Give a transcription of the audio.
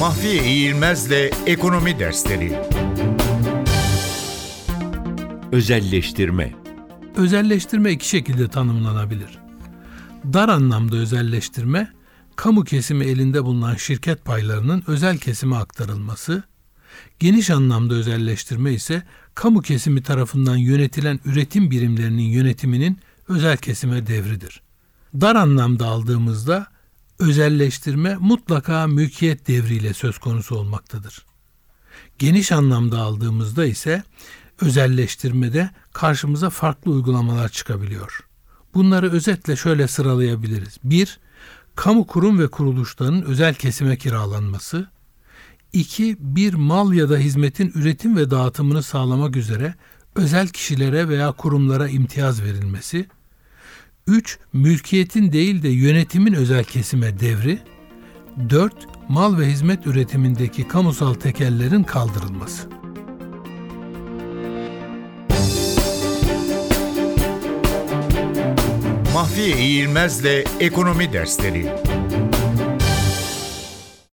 Mahfiye İğilmez'le Ekonomi Dersleri. Özelleştirme. Özelleştirme iki şekilde tanımlanabilir. Dar anlamda özelleştirme, kamu kesimi elinde bulunan şirket paylarının özel kesime aktarılması, geniş anlamda özelleştirme ise kamu kesimi tarafından yönetilen üretim birimlerinin yönetiminin özel kesime devridir. Dar anlamda aldığımızda özelleştirme mutlaka mülkiyet devriyle söz konusu olmaktadır. Geniş anlamda aldığımızda ise özelleştirmede karşımıza farklı uygulamalar çıkabiliyor. Bunları özetle şöyle sıralayabiliriz. 1. Kamu kurum ve kuruluşlarının özel kesime kiralanması. 2. Bir mal ya da hizmetin üretim ve dağıtımını sağlamak üzere özel kişilere veya kurumlara imtiyaz verilmesi. 3. Mülkiyetin değil de yönetimin özel kesime devri. 4. Mal ve hizmet üretimindeki kamusal tekellerin kaldırılması. Mahfiye İğilmez'le Ekonomi Dersleri.